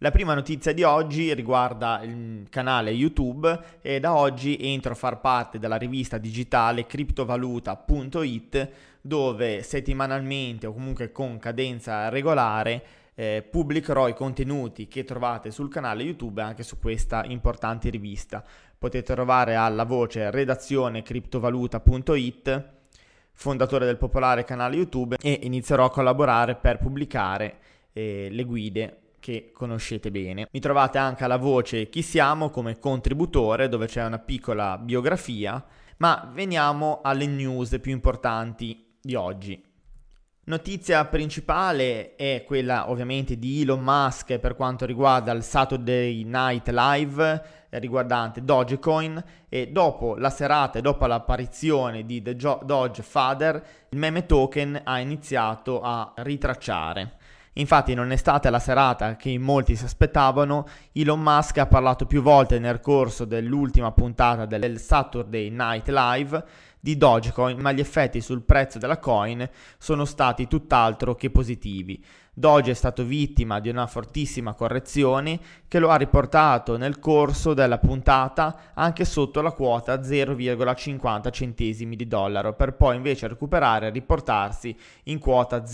La prima notizia di oggi riguarda il canale YouTube e da oggi entro a far parte della rivista digitale criptovaluta.it, dove settimanalmente o comunque con cadenza regolare pubblicherò i contenuti che trovate sul canale YouTube e anche su questa importante rivista. Potete trovare alla voce redazione criptovaluta.it, fondatore del popolare canale YouTube, e inizierò a collaborare per pubblicare le guide che conoscete bene. Mi trovate anche alla voce Chi siamo come contributore, dove c'è una piccola biografia, ma veniamo alle news più importanti di oggi. Notizia principale è quella ovviamente di Elon Musk per quanto riguarda il Saturday Night Live riguardante Dogecoin, e dopo la serata e dopo l'apparizione di The Doge Father, il meme token ha iniziato a ritracciare. Infatti non è stata la serata che molti si aspettavano. Elon Musk ha parlato più volte nel corso dell'ultima puntata del Saturday Night Live di Dogecoin, ma gli effetti sul prezzo della coin sono stati tutt'altro che positivi. Doge è stato vittima di una fortissima correzione che lo ha riportato nel corso della puntata anche sotto la quota 0,50 centesimi di dollaro, per poi invece recuperare e riportarsi in quota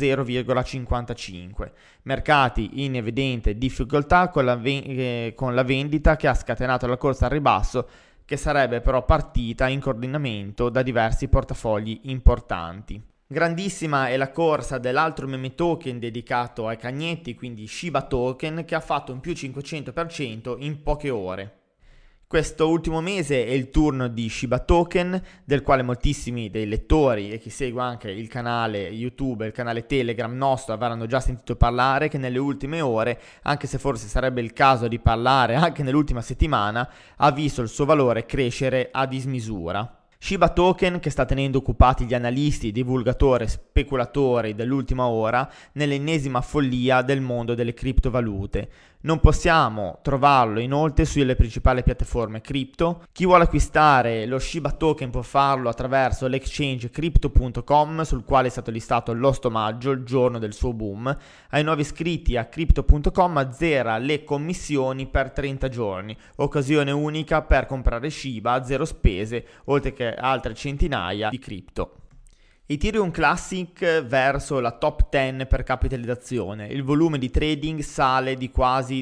0,55. Mercati in evidente difficoltà con la vendita che ha scatenato la corsa al ribasso, che sarebbe però partita in coordinamento da diversi portafogli importanti. Grandissima è la corsa dell'altro meme token dedicato ai cagnetti, quindi Shiba Token, che ha fatto un più 500% in poche ore. Questo ultimo mese è il turno di Shiba Token, del quale moltissimi dei lettori e chi segue anche il canale YouTube e il canale Telegram nostro avranno già sentito parlare, che nelle ultime ore, anche se forse sarebbe il caso di parlare anche nell'ultima settimana, ha visto il suo valore crescere a dismisura. Shiba Token, che sta tenendo occupati gli analisti, divulgatori e speculatori dell'ultima ora nell'ennesima follia del mondo delle criptovalute. Non possiamo trovarlo inoltre sulle principali piattaforme cripto. Chi vuole acquistare lo Shiba Token può farlo attraverso l'exchange crypto.com, sul quale è stato listato l'8 maggio, il giorno del suo boom. Ai nuovi iscritti a crypto.com azzera le commissioni per 30 giorni, occasione unica per comprare Shiba a zero spese, oltre che altre centinaia di cripto. Ethereum Classic verso la top 10 per capitalizzazione. Il volume di trading sale di quasi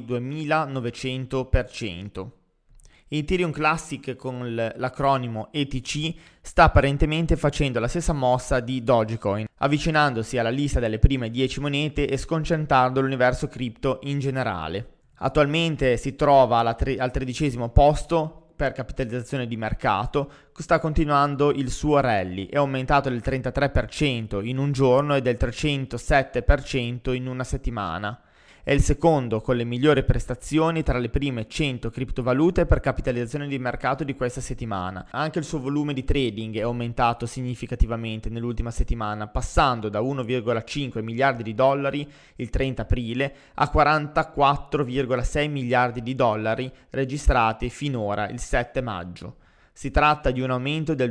2900%. Ethereum Classic, con l'acronimo ETC, sta apparentemente facendo la stessa mossa di Dogecoin, avvicinandosi alla lista delle prime 10 monete e sconcentrando l'universo cripto in generale. Attualmente si trova al 13° posto per capitalizzazione di mercato, sta continuando il suo rally, è aumentato del 33% in un giorno e del 307% in una settimana. È il secondo con le migliori prestazioni tra le prime 100 criptovalute per capitalizzazione di mercato di questa settimana. Anche il suo volume di trading è aumentato significativamente nell'ultima settimana, passando da 1,5 miliardi di dollari il 30 aprile a 44,6 miliardi di dollari registrati finora il 7 maggio. Si tratta di un aumento del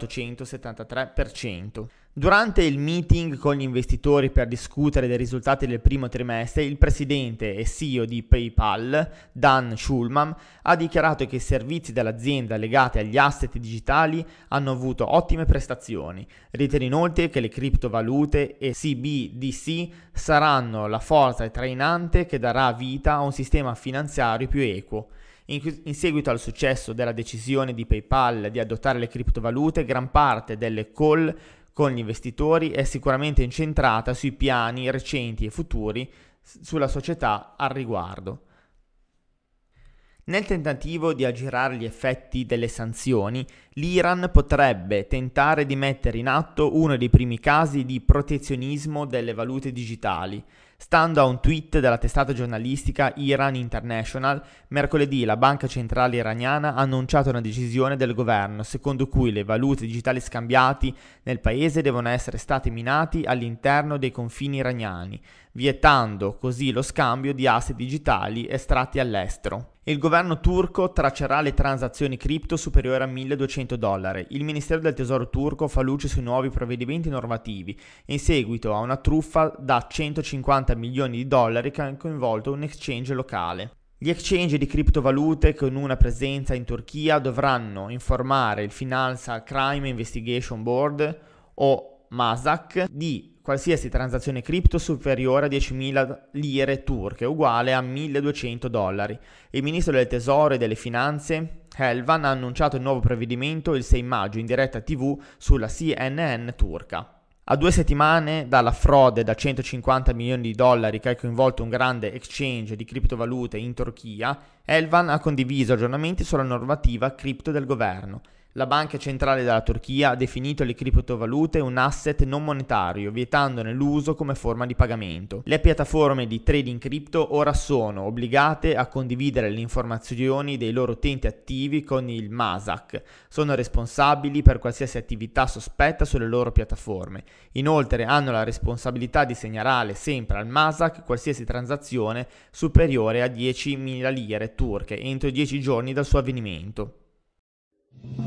2873%. Durante il meeting con gli investitori per discutere dei risultati del primo trimestre, il presidente e CEO di PayPal, Dan Schulman, ha dichiarato che i servizi dell'azienda legati agli asset digitali hanno avuto ottime prestazioni. Ritiene inoltre che le criptovalute e CBDC saranno la forza trainante che darà vita a un sistema finanziario più equo. In seguito al successo della decisione di PayPal di adottare le criptovalute, gran parte delle call con gli investitori è sicuramente incentrata sui piani recenti e futuri sulla società al riguardo. Nel tentativo di aggirare gli effetti delle sanzioni, l'Iran potrebbe tentare di mettere in atto uno dei primi casi di protezionismo delle valute digitali. Stando a un tweet della testata giornalistica Iran International, mercoledì la banca centrale iraniana ha annunciato una decisione del governo secondo cui le valute digitali scambiati nel paese devono essere stati minati all'interno dei confini iraniani, vietando così lo scambio di asset digitali estratti all'estero. Il governo turco traccerà le transazioni cripto superiori a $1.200. Il Ministero del Tesoro turco fa luce sui nuovi provvedimenti normativi in seguito a una truffa da $150 milioni che ha coinvolto un exchange locale. Gli exchange di criptovalute con una presenza in Turchia dovranno informare il Financial Crime Investigation Board o MASAC di qualsiasi transazione cripto superiore a 10.000 lire turche, uguale a $1.200. Il ministro del Tesoro e delle Finanze, Helvan, ha annunciato il nuovo provvedimento il 6 maggio in diretta TV sulla CNN turca. A 2 settimane dalla frode da $150 milioni che ha coinvolto un grande exchange di criptovalute in Turchia, Helvan ha condiviso aggiornamenti sulla normativa cripto del governo. La Banca Centrale della Turchia ha definito le criptovalute un asset non monetario, vietandone l'uso come forma di pagamento. Le piattaforme di trading cripto ora sono obbligate a condividere le informazioni dei loro utenti attivi con il MASAC. Sono responsabili per qualsiasi attività sospetta sulle loro piattaforme. Inoltre hanno la responsabilità di segnalare sempre al MASAC qualsiasi transazione superiore a 10.000 lire turche entro 10 giorni dal suo avvenimento.